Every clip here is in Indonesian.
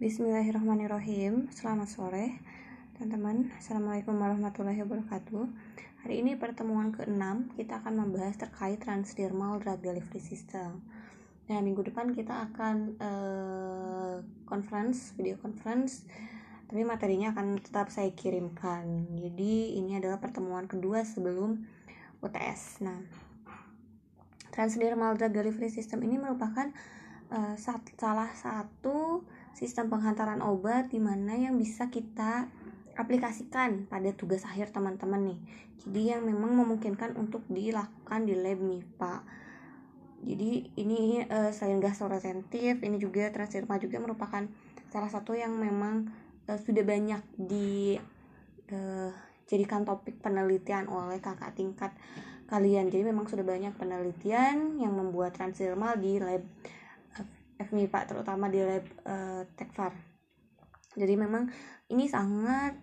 Bismillahirrahmanirrahim. Selamat sore teman-teman. Assalamualaikum warahmatullahi wabarakatuh. Hari ini pertemuan ke-6 kita akan membahas terkait transdermal drug delivery system. Nah, minggu depan kita akan video conference, tapi materinya akan tetap saya kirimkan. Jadi ini adalah pertemuan kedua sebelum UTS. Nah, transdermal drug delivery system ini merupakan salah satu sistem penghantaran obat di mana yang bisa kita aplikasikan pada tugas akhir teman-teman nih. Jadi yang memang memungkinkan untuk dilakukan di lab MIPA. Jadi ini selain gastroretentif, ini juga transdermal juga merupakan salah satu yang memang sudah banyak dijadikan topik penelitian oleh kakak tingkat kalian. Jadi memang sudah banyak penelitian yang membuat transdermal di lab FMIPA, terutama di lab Tekfar. Jadi memang ini sangat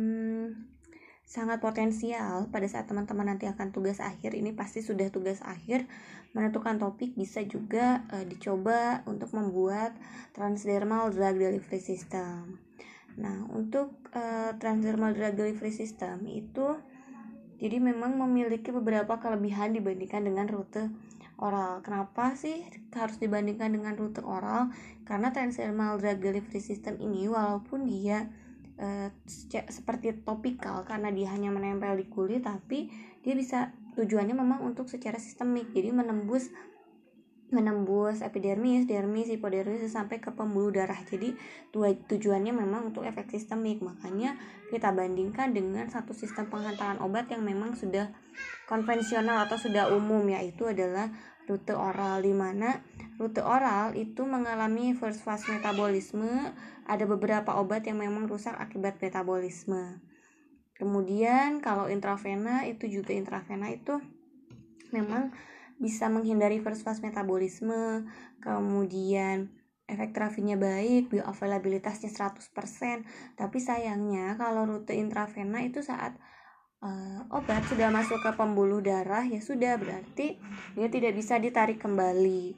potensial pada saat teman-teman nanti akan tugas akhir. Ini pasti sudah tugas akhir menentukan topik, bisa juga dicoba untuk membuat transdermal drug delivery system. Nah, untuk transdermal drug delivery system itu jadi memang memiliki beberapa kelebihan dibandingkan dengan rute oral. Kenapa sih harus dibandingkan dengan rute oral? Karena transdermal drug delivery system ini walaupun dia seperti topikal karena dia hanya menempel di kulit, tapi dia bisa tujuannya memang untuk secara sistemik. Jadi menembus epidermis, dermis, hipodermis sampai ke pembuluh darah. Jadi tujuannya memang untuk efek sistemik. Makanya kita bandingkan dengan satu sistem penghantaran obat yang memang sudah konvensional atau sudah umum, yaitu adalah rute oral, di mana rute oral itu mengalami first phase metabolisme. Ada beberapa obat yang memang rusak akibat metabolisme. Kemudian kalau intravena itu memang bisa menghindari first phase metabolisme. Kemudian efek terapinya baik, bioavailabilitasnya 100%. Tapi sayangnya kalau rute intravena itu saat obat sudah masuk ke pembuluh darah, ya sudah, berarti dia tidak bisa ditarik kembali.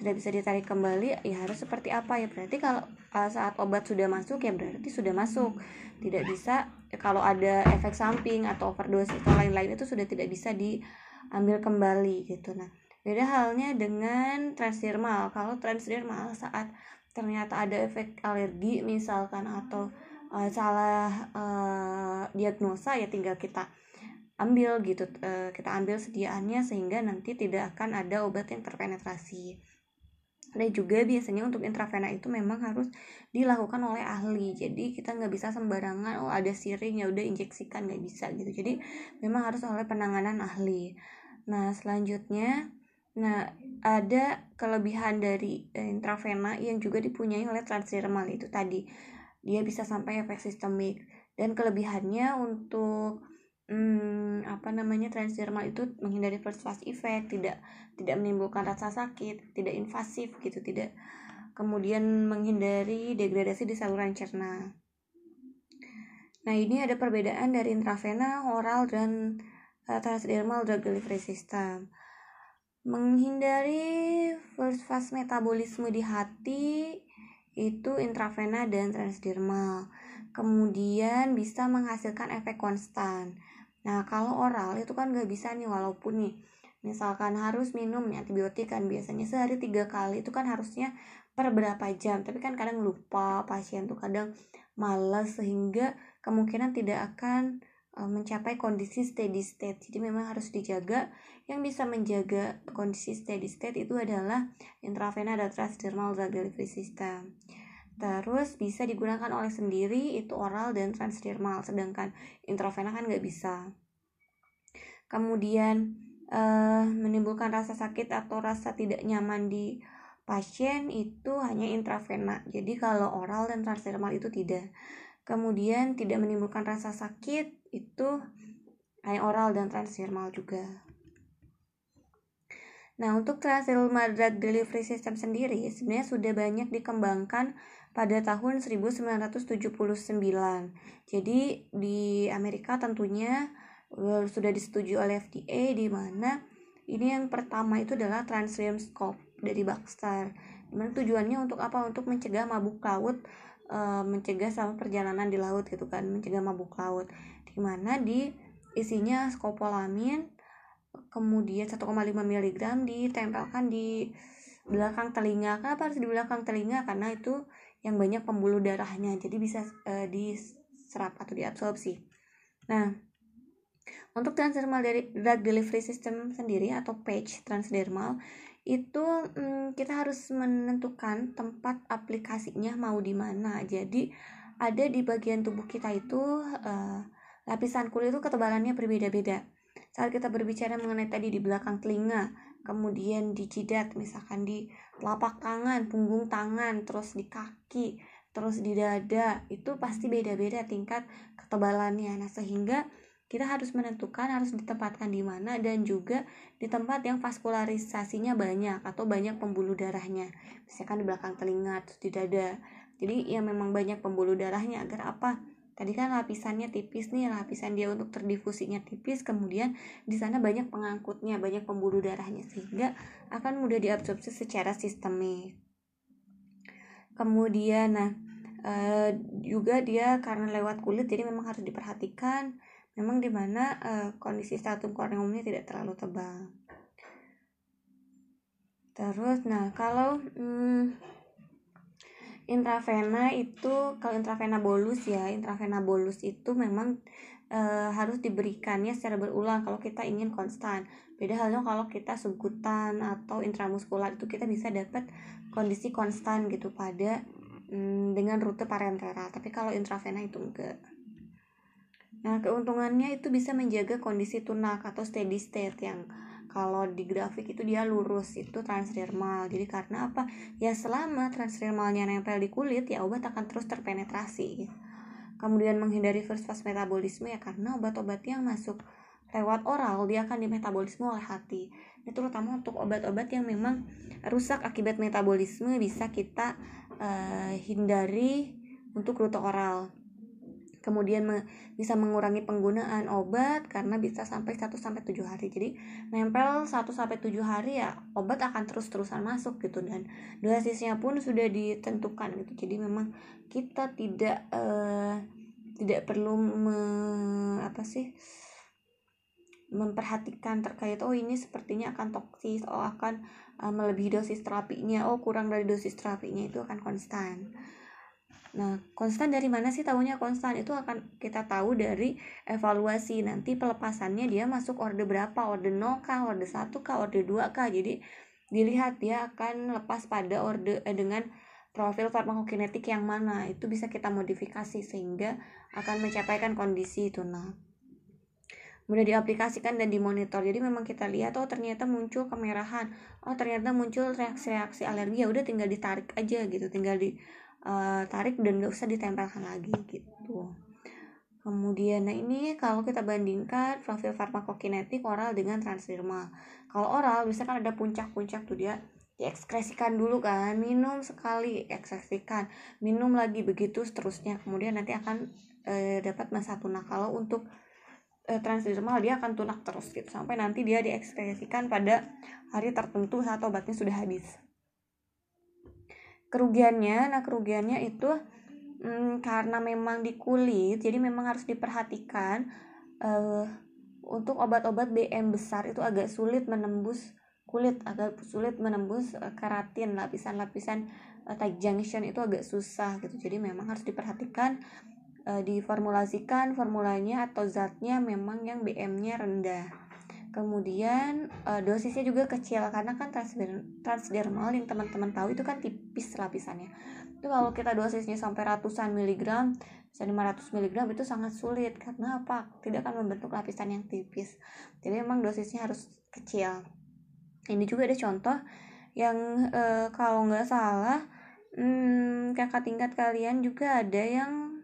Ya harus seperti apa ya? Berarti kalau saat obat sudah masuk, ya berarti sudah masuk. Tidak bisa, kalau ada efek samping atau overdose atau lain-lain itu sudah tidak bisa diambil kembali gitu. Nah, beda halnya dengan transdermal. Kalau transdermal saat ternyata ada efek alergi misalkan atau salah diagnosa, ya tinggal kita ambil gitu, kita ambil sediaannya sehingga nanti tidak akan ada obat yang terpenetrasi. Dan juga biasanya untuk intravena itu memang harus dilakukan oleh ahli. Jadi kita nggak bisa sembarangan, ada siring ya udah injeksikan, nggak bisa gitu. Jadi memang harus oleh penanganan ahli. Nah, selanjutnya ada kelebihan dari intravena yang juga dipunyai oleh transdermal itu tadi. Dia bisa sampai efek sistemik, dan kelebihannya untuk transdermal itu menghindari first phase effect, tidak menimbulkan rasa sakit, tidak invasif gitu, tidak kemudian menghindari degradasi di saluran cerna. Nah, ini ada perbedaan dari intravena, oral, dan transdermal drug delivery system. Menghindari first phase metabolisme di hati itu intravena dan transdermal. Kemudian bisa menghasilkan efek konstan. Nah, kalau oral itu kan gak bisa nih, walaupun nih misalkan harus minum antibiotik kan biasanya sehari 3 kali, itu kan harusnya per berapa jam, tapi kan kadang lupa pasien tuh, kadang malas, sehingga kemungkinan tidak akan mencapai kondisi steady state. Jadi memang harus dijaga. Yang bisa menjaga kondisi steady state itu adalah intravena dan transdermal drug delivery system. Terus bisa digunakan oleh sendiri itu oral dan transdermal, sedangkan intravena kan nggak bisa. Kemudian menimbulkan rasa sakit atau rasa tidak nyaman di pasien itu hanya intravena. Jadi kalau oral dan transdermal itu tidak. Kemudian tidak menimbulkan rasa sakit itu hanya oral dan transdermal juga. Nah, untuk transdermal drug delivery system sendiri sebenarnya sudah banyak dikembangkan pada tahun 1979. Jadi di Amerika tentunya sudah disetujui oleh FDA, di mana ini yang pertama itu adalah Transderm Scope dari Baxter. Dimana tujuannya untuk apa? Untuk mencegah mabuk laut mencegah sama perjalanan di laut gitu kan, mencegah mabuk laut, dimana di isinya skopolamin, kemudian 1,5 mg ditempelkan di belakang telinga. Kenapa harus di belakang telinga? Karena itu yang banyak pembuluh darahnya, jadi bisa diserap atau diabsorpsi. Nah, untuk transdermal dari drug delivery system sendiri atau patch transdermal itu kita harus menentukan tempat aplikasinya mau di mana. Jadi ada di bagian tubuh kita itu lapisan kulit itu ketebalannya berbeda-beda. Saat kita berbicara mengenai tadi di belakang telinga, kemudian di jidat, misalkan di telapak tangan, punggung tangan, terus di kaki, terus di dada, itu pasti beda-beda tingkat ketebalannya. Nah, sehingga kita harus menentukan harus ditempatkan di mana, dan juga di tempat yang vaskularisasinya banyak atau banyak pembuluh darahnya, misalkan di belakang telinga, terus di dada. Jadi ya memang banyak pembuluh darahnya agar apa? Tadi kan lapisannya tipis nih, lapisan dia untuk terdifusinya tipis, kemudian di sana banyak pengangkutnya, banyak pembuluh darahnya, sehingga akan mudah diabsorpsi secara sistemik. Kemudian juga dia karena lewat kulit, jadi memang harus diperhatikan memang dimana kondisi stratum corneumnya tidak terlalu tebal. Terus kalau intravena itu, kalau intravena bolus ya, intravena bolus itu memang harus diberikannya secara berulang kalau kita ingin konstan. Beda halnya kalau kita subkutan atau intramuskular, itu kita bisa dapat kondisi konstan gitu pada dengan rute parenteral. Tapi kalau intravena itu enggak. Nah, keuntungannya itu bisa menjaga kondisi tunak atau steady state, yang kalau di grafik itu dia lurus, itu transdermal. Jadi karena apa? Ya selama transdermalnya nempel di kulit, ya obat akan terus terpenetrasi. Kemudian menghindari first fast metabolisme, ya karena obat-obat yang masuk lewat oral dia akan dimetabolisme oleh hati. Ini terutama untuk obat-obat yang memang rusak akibat metabolisme bisa kita hindari untuk rute oral. Kemudian bisa mengurangi penggunaan obat karena bisa sampai 1-7 hari. Jadi nempel 1-7 hari ya obat akan terus-terusan masuk gitu, dan dosisnya pun sudah ditentukan gitu. Jadi memang kita tidak perlu memperhatikan terkait ini sepertinya akan toksis, akan melebihi dosis terapinya, kurang dari dosis terapinya, itu akan konstan. Nah, konstan dari mana sih tahunya konstan? Itu akan kita tahu dari evaluasi. Nanti pelepasannya dia masuk orde berapa? Orde 0 kah? Orde 1 kah? Orde 2 kah? Jadi dilihat dia akan lepas pada orde dengan profil farmakokinetik yang mana. Itu bisa kita modifikasi sehingga akan mencapaikan kondisi itu. Nah, mudah diaplikasikan dan dimonitor. Jadi memang kita lihat, ternyata muncul kemerahan, ternyata muncul reaksi-reaksi alergi, ya udah tinggal ditarik aja gitu, tinggal tarik dan gak usah ditempelkan lagi gitu. Kemudian ini kalau kita bandingkan profil farmakokinetik oral dengan transdermal. Kalau oral misalkan ada puncak-puncak tuh, dia diekskresikan dulu kan, minum sekali ekskresikan, minum lagi, begitu seterusnya, kemudian nanti akan dapat masa tunak. Kalau untuk transdermal dia akan tunak terus gitu sampai nanti dia diekskresikan pada hari tertentu saat obatnya sudah habis. Kerugiannya itu karena memang di kulit, jadi memang harus diperhatikan untuk obat-obat BM besar itu agak sulit menembus kulit, agak sulit menembus keratin, lapisan-lapisan tight junction itu agak susah gitu. Jadi memang harus diperhatikan diformulasikan formulanya atau zatnya memang yang BM-nya rendah. Kemudian dosisnya juga kecil karena kan transdermal yang teman-teman tahu itu kan tipis lapisannya. Itu kalau kita dosisnya sampai ratusan miligram, bisa 500 miligram, itu sangat sulit karena apa? Tidak akan membentuk lapisan yang tipis. Jadi memang dosisnya harus kecil. Ini juga ada contoh yang kalau nggak salah kakak tingkat kalian juga ada yang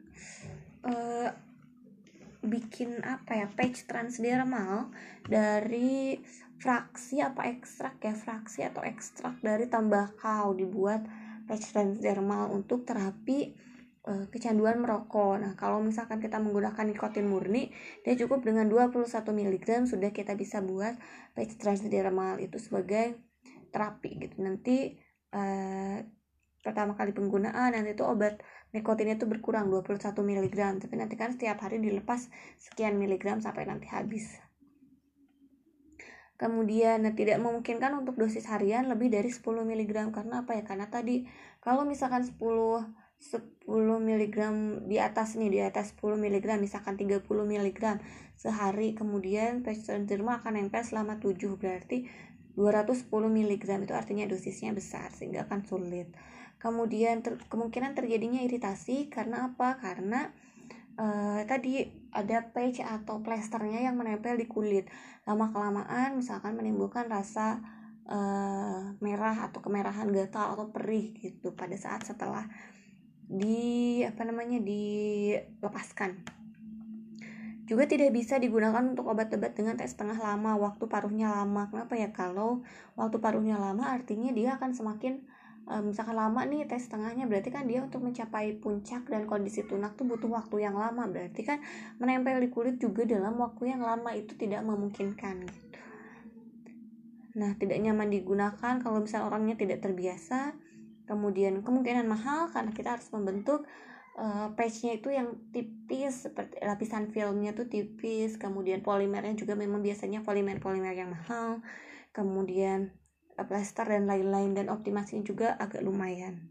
bikin patch transdermal dari fraksi atau ekstrak dari tembakau, dibuat patch transdermal untuk terapi kecanduan merokok. Nah, kalau misalkan kita menggunakan nikotin murni, dia cukup dengan 21 mg sudah kita bisa buat patch transdermal itu sebagai terapi gitu. Nanti pertama kali penggunaan, nanti itu obat nikotinnya itu berkurang 21 mg, tapi nanti kan setiap hari dilepas sekian miligram sampai nanti habis. Kemudian tidak memungkinkan untuk dosis harian lebih dari 10 mg. Karena apa ya? Karena tadi kalau misalkan 10 mg di atas 10 mg, misalkan 30 mg sehari, kemudian patch transdermal akan nempel selama 7, berarti 210 mg itu artinya dosisnya besar sehingga akan sulit. Kemudian kemungkinan terjadinya iritasi karena apa? Karena tadi ada patch atau plesternya yang menempel di kulit. Lama-kelamaan misalkan menimbulkan rasa merah atau kemerahan gatal atau perih gitu pada saat setelah dilepaskan. Juga tidak bisa digunakan untuk obat-obat dengan tes tengah lama, waktu paruhnya lama. Kenapa ya? Kalau waktu paruhnya lama artinya dia akan semakin misalkan lama nih tes tengahnya, berarti kan dia untuk mencapai puncak dan kondisi tunak tuh butuh waktu yang lama, berarti kan menempel di kulit juga dalam waktu yang lama itu tidak memungkinkan gitu. Nah, tidak nyaman digunakan kalau misal orangnya tidak terbiasa. Kemudian kemungkinan mahal karena kita harus membentuk patchnya itu yang tipis, seperti lapisan filmnya tuh tipis. Kemudian polimernya juga memang biasanya polimer yang mahal. Kemudian plaster dan lain-lain, dan optimasinya juga agak lumayan.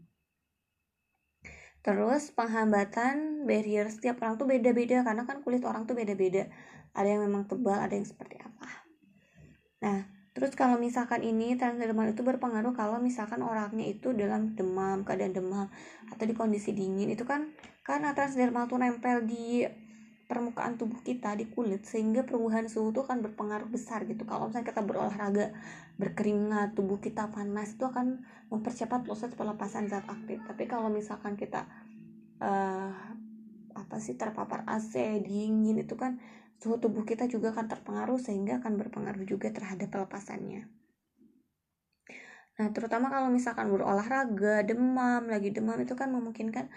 Terus penghambatan barrier setiap orang tuh beda-beda karena kan kulit orang tuh beda-beda. Ada yang memang tebal, ada yang seperti apa. Nah, terus kalau misalkan ini transdermal itu berpengaruh kalau misalkan orangnya itu dalam keadaan demam atau di kondisi dingin, itu kan karena transdermal tuh nempel di permukaan tubuh kita, di kulit, sehingga perubahan suhu itu akan berpengaruh besar gitu. Kalau misalnya kita berolahraga, berkeringat, tubuh kita panas, itu akan mempercepat proses pelepasan zat aktif. Tapi kalau misalkan kita terpapar AC, dingin, itu kan suhu tubuh kita juga akan terpengaruh sehingga akan berpengaruh juga terhadap pelepasannya. Nah, terutama kalau misalkan berolahraga, lagi demam itu kan memungkinkan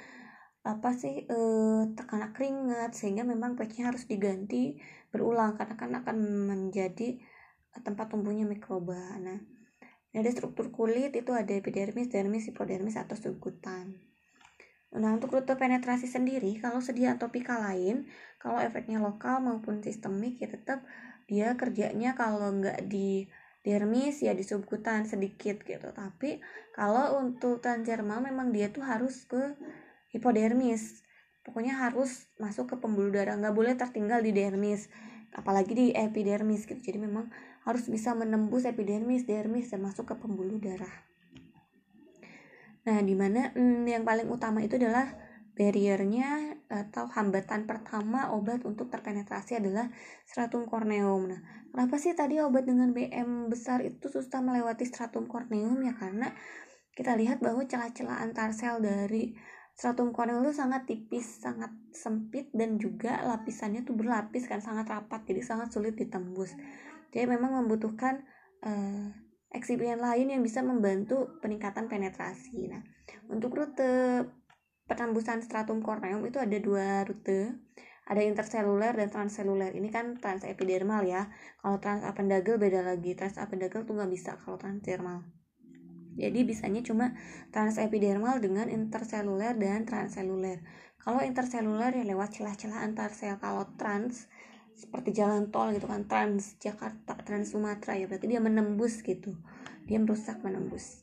terkena keringat, sehingga memang patchnya harus diganti berulang karena kan akan menjadi tempat tumbuhnya mikroba. Nah, dari struktur kulit itu ada epidermis, dermis, hipodermis atau subkutan. Nah, untuk rute penetrasi sendiri, kalau sedia topikal lain, kalau efeknya lokal maupun sistemik, ya tetap dia kerjanya kalau nggak di dermis ya di subkutan sedikit gitu. Tapi kalau untuk transdermal memang dia tuh harus ke hipodermis, pokoknya harus masuk ke pembuluh darah, nggak boleh tertinggal di dermis, apalagi di epidermis gitu. Jadi memang harus bisa menembus epidermis, dermis, dan masuk ke pembuluh darah. Nah, dimana yang paling utama itu adalah barriernya atau hambatan pertama obat untuk terpenetrasi adalah stratum corneum. Nah, kenapa sih tadi obat dengan BM besar itu susah melewati stratum corneum? Ya karena kita lihat bahwa celah-celah antar sel dari stratum corneum itu sangat tipis, sangat sempit, dan juga lapisannya tuh berlapis kan, sangat rapat, jadi sangat sulit ditembus. Jadi memang membutuhkan eksibien lain yang bisa membantu peningkatan penetrasi. Nah, untuk rute penembusan stratum corneum itu ada 2 rute, ada interseluler dan transseluler. Ini kan transepidermal ya. Kalau transapendagal beda lagi. Transapendagal tuh nggak bisa kalau transdermal. Jadi bisanya cuma transepidermal dengan interseluler dan transseluler. Kalau interseluler ya lewat celah-celah antar sel. Kalau trans seperti jalan tol gitu kan, Trans Jakarta, Trans Sumatera, ya berarti dia menembus gitu. Dia merusak, menembus.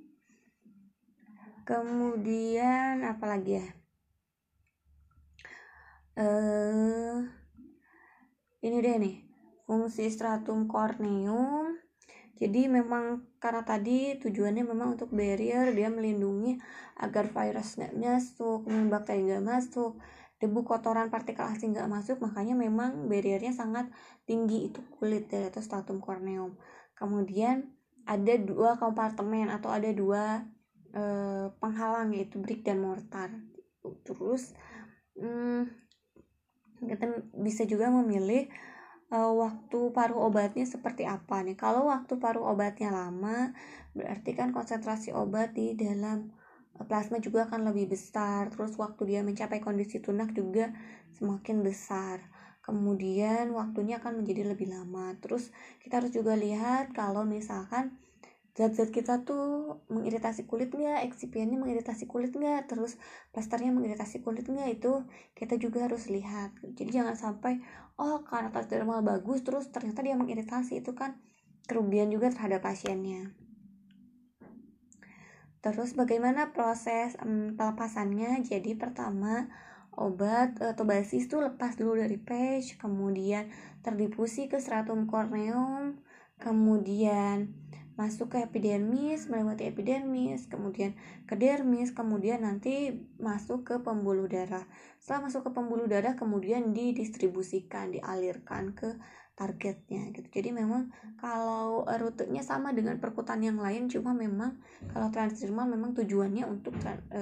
Kemudian apalagi ya? Ini deh nih, fungsi stratum corneum. Jadi memang karena tadi tujuannya memang untuk barrier, dia melindungi agar virus nggak masuk, bakteri nggak masuk, debu, kotoran, partikel asing nggak masuk, makanya memang barriernya sangat tinggi itu kulit dari atau stratum corneum. Kemudian ada 2 kompartemen atau ada 2 penghalang, yaitu brick dan mortar. Terus kita bisa juga memilih waktu paruh obatnya seperti apa nih. Kalau waktu paruh obatnya lama, berarti kan konsentrasi obat di dalam plasma juga akan lebih besar. Terus waktu dia mencapai kondisi tunak juga semakin besar. Kemudian waktunya akan menjadi lebih lama. Terus kita harus juga lihat kalau misalkan zat-zat kita tuh mengiritasi kulit nggak, excipientnya mengiritasi kulit nggak, terus plasternya mengiritasi kulit nggak, itu kita juga harus lihat. Jadi jangan sampai karena transdermal bagus terus ternyata dia mengiritasi, itu kan kerugian juga terhadap pasiennya. Terus bagaimana proses pelepasannya? Jadi pertama obat atau basis itu lepas dulu dari patch, kemudian terdifusi ke stratum corneum, kemudian masuk ke epidermis, melewati epidermis, kemudian ke dermis, kemudian nanti masuk ke pembuluh darah. Setelah masuk ke pembuluh darah, kemudian didistribusikan, dialirkan ke targetnya gitu. Jadi memang kalau rutenya sama dengan perkutan yang lain, cuma memang kalau transdermal memang tujuannya untuk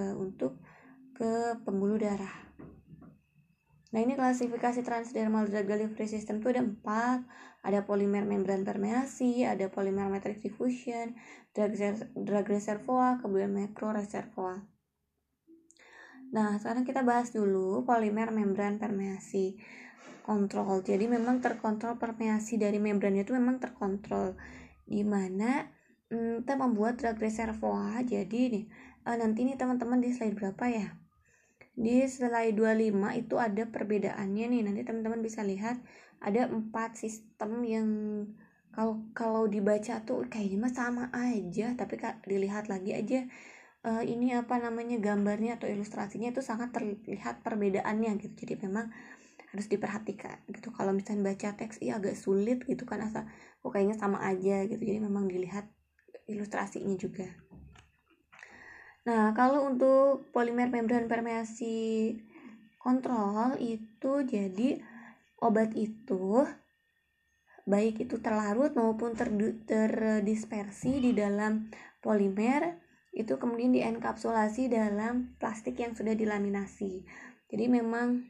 ke pembuluh darah. Nah, ini klasifikasi transdermal drug delivery system itu ada 4. Ada polimer membran permeasi, ada polimer matrix diffusion, drug reservoir, kemudian macro reservoir. Nah, sekarang kita bahas dulu polimer membran permeasi kontrol. Jadi memang terkontrol permeasi dari membrannya itu memang terkontrol, di mana kita membuat drug reservoir. Jadi nih nanti nih teman-teman di slide berapa ya, di slide 25 itu ada perbedaannya nih, nanti teman-teman bisa lihat ada 4 sistem yang kalau dibaca tuh kayaknya mah sama aja, tapi dilihat lagi aja ini apa namanya gambarnya atau ilustrasinya itu sangat terlihat perbedaannya gitu. Jadi memang harus diperhatikan gitu. Kalau misalnya baca teks agak sulit gitu kan, kayaknya sama aja gitu. Jadi memang dilihat ilustrasinya juga. Nah, kalau untuk polimer membran permeasi kontrol itu, jadi obat itu baik itu terlarut maupun terdispersi di dalam polimer, itu kemudian dienkapsulasi dalam plastik yang sudah dilaminasi. Jadi memang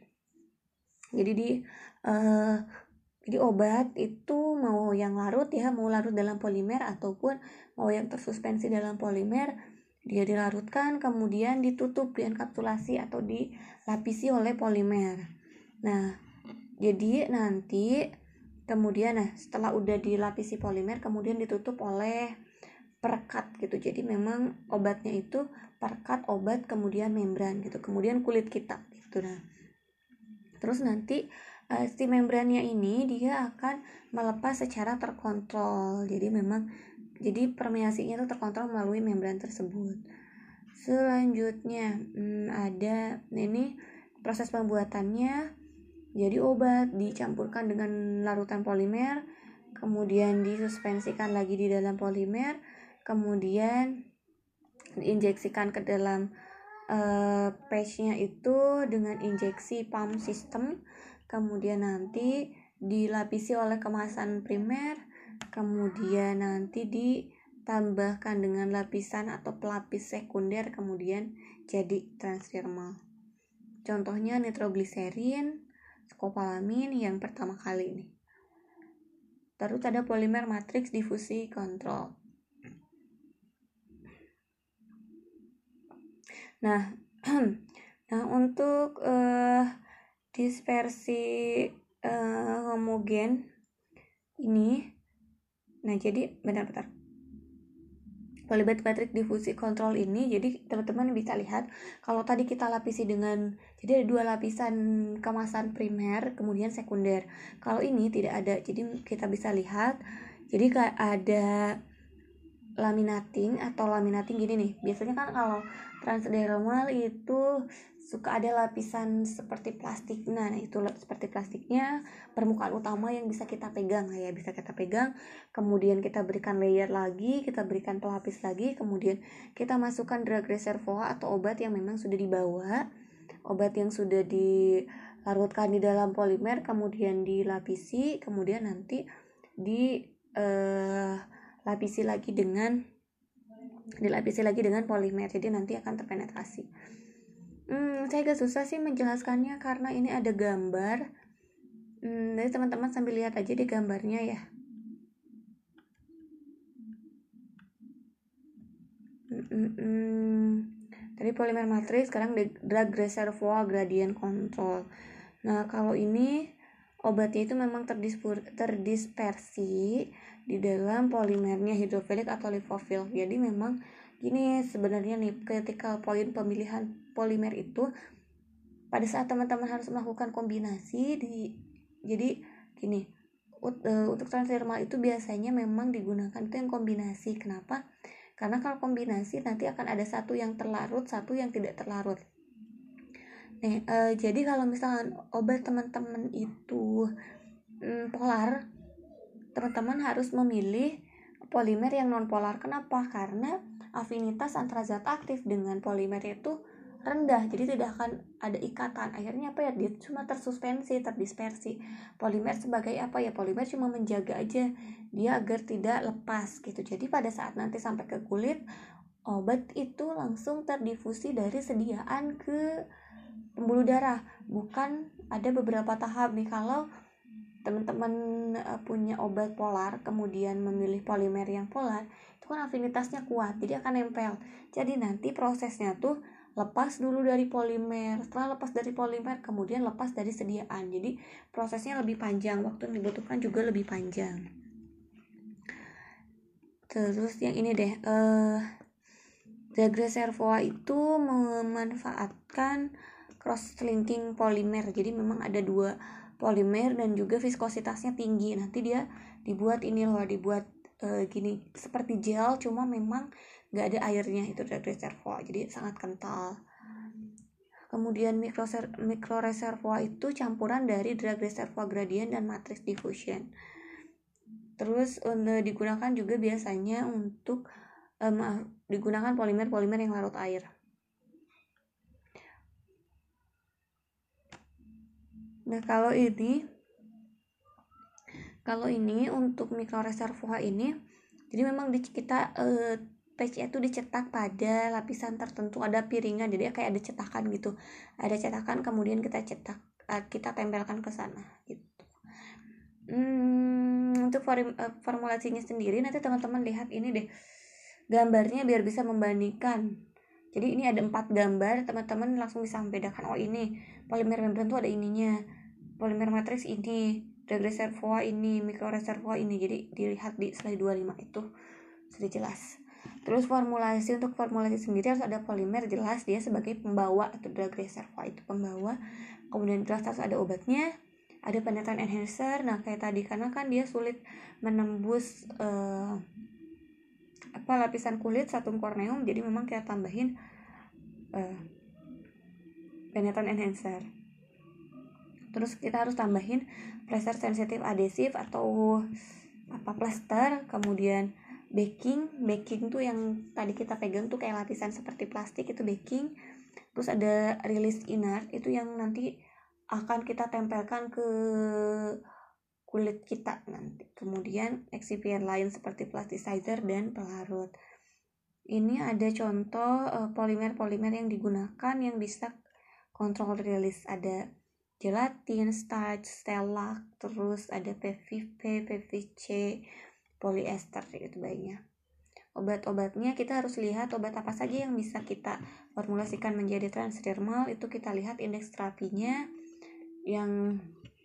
jadi obat itu mau yang larut ya, mau larut dalam polimer ataupun mau yang tersuspensi dalam polimer, dia dilarutkan kemudian ditutup, dienkapsulasi atau dilapisi oleh polimer. Nah, jadi nanti kemudian setelah udah dilapisi polimer kemudian ditutup oleh perekat gitu. Jadi memang obatnya itu perekat obat kemudian membran gitu, kemudian kulit kita gitu. Nah, terus nanti si membrannya ini dia akan melepas secara terkontrol. Jadi memang permeasinya itu terkontrol melalui membran tersebut. Selanjutnya ada ini proses pembuatannya. Jadi obat dicampurkan dengan larutan polimer, kemudian disuspensikan lagi di dalam polimer, kemudian diinjeksikan ke dalam patchnya itu dengan injeksi pump system, kemudian nanti dilapisi oleh kemasan primer, kemudian nanti ditambahkan dengan lapisan atau pelapis sekunder, kemudian jadi transdermal. Contohnya nitrogliserin, skopalamin yang pertama kali ini. Terus ada polimer matrix difusi kontrol. Nah, untuk dispersi homogen ini, nah jadi bentar. Polimer matrix difusi kontrol ini, jadi teman-teman bisa lihat kalau tadi kita lapisi dengan, jadi ada 2 lapisan kemasan primer kemudian sekunder. Kalau ini tidak ada, jadi kita bisa lihat jadi kayak ada laminating gini nih. Biasanya kan kalau transdermal itu suka ada lapisan seperti plastik. Nah itu seperti plastiknya, permukaan utama yang bisa kita pegang kemudian kita berikan layer lagi, kita berikan pelapis lagi, kemudian kita masukkan drug reservoir atau obat yang memang sudah dibawa, obat yang sudah dilarutkan di dalam polimer, kemudian dilapisi, kemudian nanti dilapisi lagi dengan polimer, jadi nanti akan terpenetrasi. Saya agak susah sih menjelaskannya karena ini ada gambar. Jadi teman-teman sambil lihat aja di gambarnya ya. Tadi polimer matrix, sekarang drug reservoir gradient control. Nah kalau ini obatnya itu memang terdispersi di dalam polimernya hidrofilik atau lipofil. Jadi memang gini sebenarnya nih, ketika poin pemilihan polimer itu pada saat teman-teman harus melakukan kombinasi jadi gini, untuk transdermal itu biasanya memang digunakan itu yang kombinasi. Kenapa? Karena kalau kombinasi nanti akan ada satu yang terlarut, satu yang tidak terlarut. Jadi kalau misalkan obat teman-teman itu polar, teman-teman harus memilih polimer yang non polar. Kenapa? Karena afinitas antara zat aktif dengan polimer itu rendah, jadi tidak akan ada ikatan. Akhirnya apa ya, dia cuma tersuspensi, terdispersi. Polimer sebagai apa ya, polimer cuma menjaga aja dia agar tidak lepas gitu. Jadi pada saat nanti sampai ke kulit, obat itu langsung terdifusi dari sediaan ke pembuluh darah. Bukan ada beberapa tahap nih, kalau teman-teman punya obat polar kemudian memilih polimer yang polar, itu kan afinitasnya kuat, jadi akan nempel. Jadi nanti prosesnya tuh lepas dulu dari polimer, setelah lepas dari polimer kemudian lepas dari sediaan. Jadi prosesnya lebih panjang, waktu yang dibutuhkan juga lebih panjang. Terus yang ini deh, drug reservoir itu memanfaatkan cross-linking polimer. Jadi memang ada dua polimer dan juga viskositasnya tinggi. Nanti dia dibuat gini seperti gel, cuma memang nggak ada airnya, itu drug reservoir, jadi sangat kental. Kemudian mikroreservoir itu campuran dari drug reservoir gradient dan matrix diffusion. Terus digunakan juga biasanya untuk digunakan polimer-polimer yang larut air. Nah, kalau ini untuk mikroreservoir ini, jadi memang kita patch itu dicetak pada lapisan tertentu, ada piringan, jadi kayak ada cetakan gitu. Ada cetakan kemudian kita tempelkan ke sana gitu. Untuk formulasinya sendiri nanti teman-teman lihat ini deh gambarnya biar bisa membandingkan. Jadi ini ada 4 gambar, teman-teman langsung bisa membedakan, oh ini polimer membran tuh ada ininya, polimer matriks ini, drug reservoir ini, mikroreservoir ini. Jadi dilihat di slide 25 itu sudah jelas. Terus untuk formulasi sendiri harus ada polimer, jelas dia sebagai pembawa atau drug reservoir itu pembawa. Kemudian jelas harus ada obatnya, ada penetrant enhancer. Nah kayak tadi, karena kan dia sulit menembus lapisan kulit satum corneum, jadi memang kita tambahin penetrant enhancer. Terus kita harus tambahin pressure sensitive adhesive atau plaster. Kemudian backing tuh yang tadi kita pegang tuh kayak lapisan seperti plastik, itu backing. Terus ada release inert, itu yang nanti akan kita tempelkan ke kulit kita nanti. Kemudian excipient lain seperti plasticizer dan pelarut. Ini ada contoh polimer-polimer yang digunakan yang bisa kontrol release. Ada gelatin, starch, shellac, terus ada PVP, PVC, polyester, itu banyak. Obat-obatnya kita harus lihat obat apa saja yang bisa kita formulasikan menjadi transdermal. Itu kita lihat indeks terapinya yang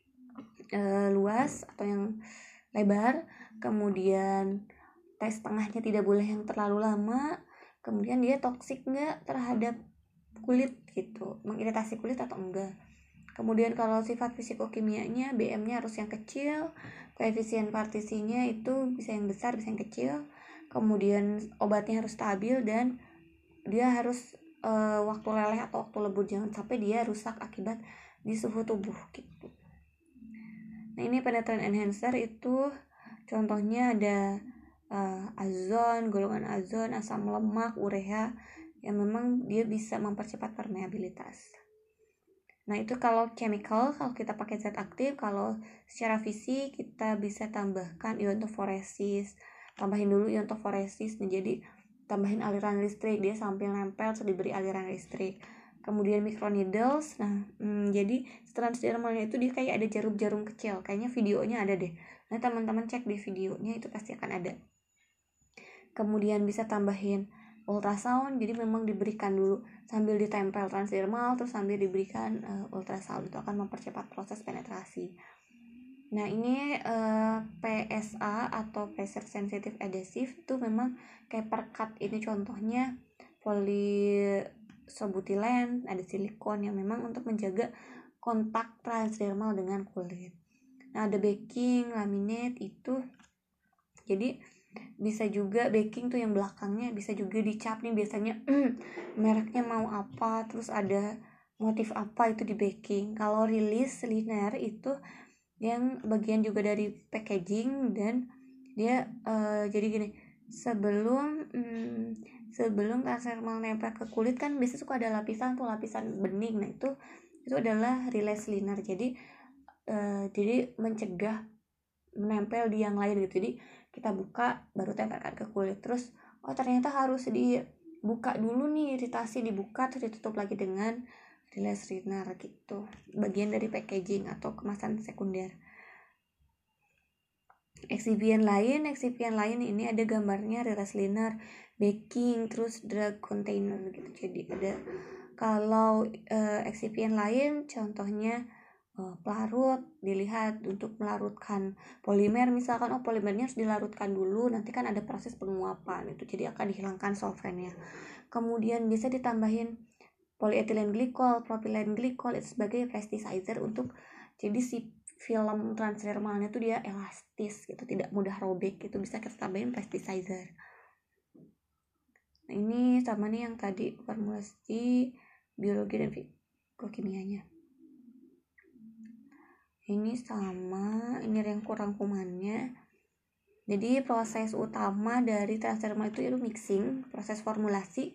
luas atau yang lebar, kemudian tes tengahnya tidak boleh yang terlalu lama, kemudian dia toksik nggak terhadap kulit gitu, mengiritasi kulit atau enggak. Kemudian kalau sifat fisikokimianya, BM-nya harus yang kecil, koefisien partisinya itu bisa yang besar, bisa yang kecil. Kemudian obatnya harus stabil dan dia harus waktu leleh atau waktu lebur, jangan sampai dia rusak akibat di suhu tubuh gitu. Nah ini penetrant enhancer itu contohnya ada azon, golongan azon, asam lemak, urea, yang memang dia bisa mempercepat permeabilitas. Nah itu kalau chemical, kalau kita pakai zat aktif. Kalau secara fisik kita bisa tambahkan iontophoresis, tambahin dulu iontophoresis. Nah jadi tambahin aliran listrik, dia sambil nempel terus diberi aliran listrik. Kemudian microneedles. Nah jadi transdermalnya itu dia kayak ada jarum-jarum kecil, kayaknya videonya ada deh. Nah teman-teman cek di videonya, itu pasti akan ada. Kemudian bisa tambahin ultrasound, jadi memang diberikan dulu sambil ditempel transdermal, terus sambil diberikan ultrasound, itu akan mempercepat proses penetrasi. Nah ini PSA atau pressure sensitive adhesive itu memang kayak perkat, ini contohnya polysobutilen, ada silikon yang memang untuk menjaga kontak transdermal dengan kulit. Nah ada baking, laminate itu, jadi bisa juga baking tuh yang belakangnya bisa juga dicap nih biasanya mereknya mau apa, terus ada motif apa itu di baking. Kalau release liner itu yang bagian juga dari packaging, dan dia jadi gini, sebelum transdermal nempel ke kulit kan biasanya suka ada lapisan bening. Nah itu adalah release liner, jadi mencegah menempel di yang lain gitu. Jadi kita buka baru tempelkan ke kulit, terus ternyata harus dibuka dulu nih, iritasi dibuka terus ditutup lagi dengan release liner gitu, bagian dari packaging atau kemasan sekunder. Eksipien lain ini ada gambarnya, release liner, baking, terus drug container gitu. Jadi ada, kalau eksipien lain contohnya pelarut, dilihat untuk melarutkan polimer misalkan, polimernya harus dilarutkan dulu, nanti kan ada proses penguapan itu, jadi akan dihilangkan solvennya. Kemudian bisa ditambahin polyethylene glycol, propylene glycol itu sebagai plasticizer untuk jadi si film transdermalnya tuh dia elastis gitu, tidak mudah robek gitu, bisa kita tambahin plasticizer. Nah ini sama nih yang tadi formulasi biologi dan kimianya. Ini sama, ini rangkumannya. Jadi proses utama dari transdermal itu mixing, proses formulasi,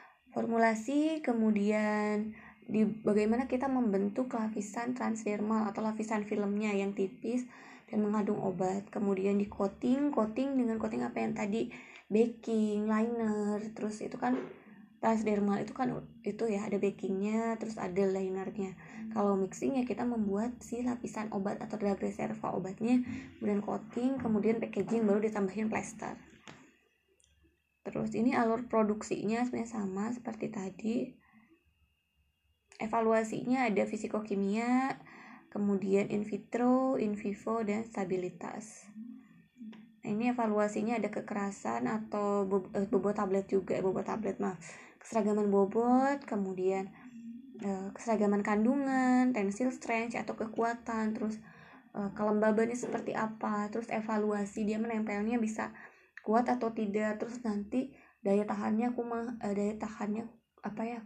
kemudian bagaimana kita membentuk lapisan transdermal atau lapisan filmnya yang tipis dan mengandung obat. Kemudian di coating dengan coating apa yang tadi, baking, liner, terus itu kan transdermal itu kan itu ya ada bakingnya, terus ada linernya. Kalau mixing ya kita membuat si lapisan obat atau drug reserva obatnya, kemudian coating, kemudian packaging, baru ditambahin plester. Terus ini alur produksinya sebenarnya sama seperti tadi. Evaluasinya ada fisikokimia, kemudian in vitro, in vivo, dan stabilitas. Nah, ini evaluasinya ada kekerasan atau bobot tablet juga, keseragaman bobot, kemudian keseragaman kandungan, tensile strength atau kekuatan, terus kelembabannya seperti apa, terus evaluasi dia menempelnya bisa kuat atau tidak, terus nanti daya tahannya apa ya,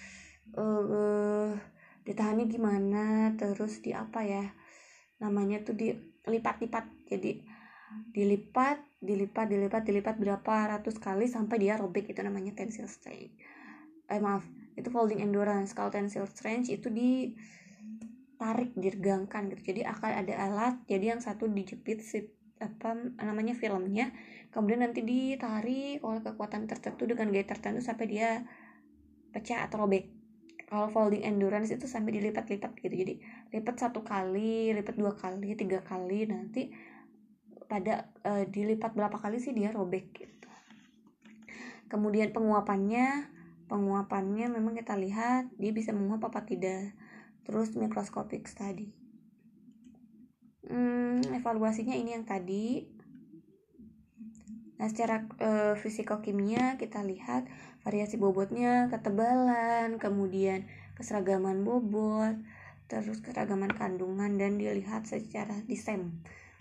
ditahannya gimana, terus di apa ya namanya tuh, dilipat-lipat, jadi dilipat berapa ratus kali sampai dia robek, itu namanya tensile strength. Itu folding endurance. Kalau tensile strength itu ditarik, diregangkan gitu, jadi akan ada alat, jadi yang satu dijepit filmnya, kemudian nanti ditarik oleh kekuatan tertentu dengan gaya tertentu sampai dia pecah atau robek. Kalau folding endurance itu sampai dilipat-lipat gitu, jadi lipat 1 kali, lipat 2 kali, 3 kali, nanti pada dilipat berapa kali sih dia robek gitu. Kemudian penguapannya memang kita lihat dia bisa menguap apa tidak, terus mikroskopik tadi. Evaluasinya ini yang tadi. Nah secara fisikokimia kita lihat variasi bobotnya, ketebalan, kemudian keseragaman bobot, terus keseragaman kandungan, dan dilihat secara desain.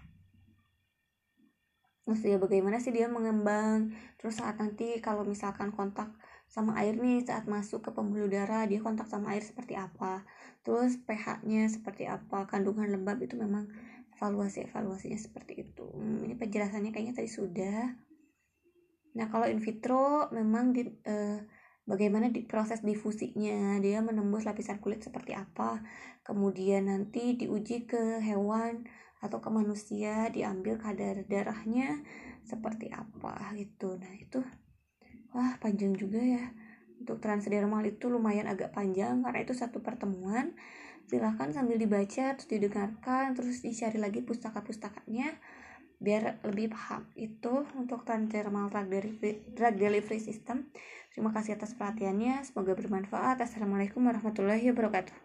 Maksudnya bagaimana sih dia mengembang, terus saat nanti kalau misalkan kontak sama air nih, saat masuk ke pembuluh darah dia kontak sama air seperti apa, terus pH-nya seperti apa, kandungan lembab, itu memang evaluasinya seperti itu. Ini penjelasannya kayaknya tadi sudah. Nah kalau in vitro memang bagaimana di proses difusinya, dia menembus lapisan kulit seperti apa, kemudian nanti diuji ke hewan atau ke manusia, diambil kadar darahnya seperti apa gitu. Nah itu panjang juga ya. Untuk transdermal itu lumayan agak panjang karena itu satu pertemuan. Silahkan sambil dibaca, terus didengarkan, terus dicari lagi pustaka-pustakanya biar lebih paham. Itu untuk transdermal drug delivery system. Terima kasih atas perhatiannya, semoga bermanfaat. Assalamualaikum warahmatullahi wabarakatuh.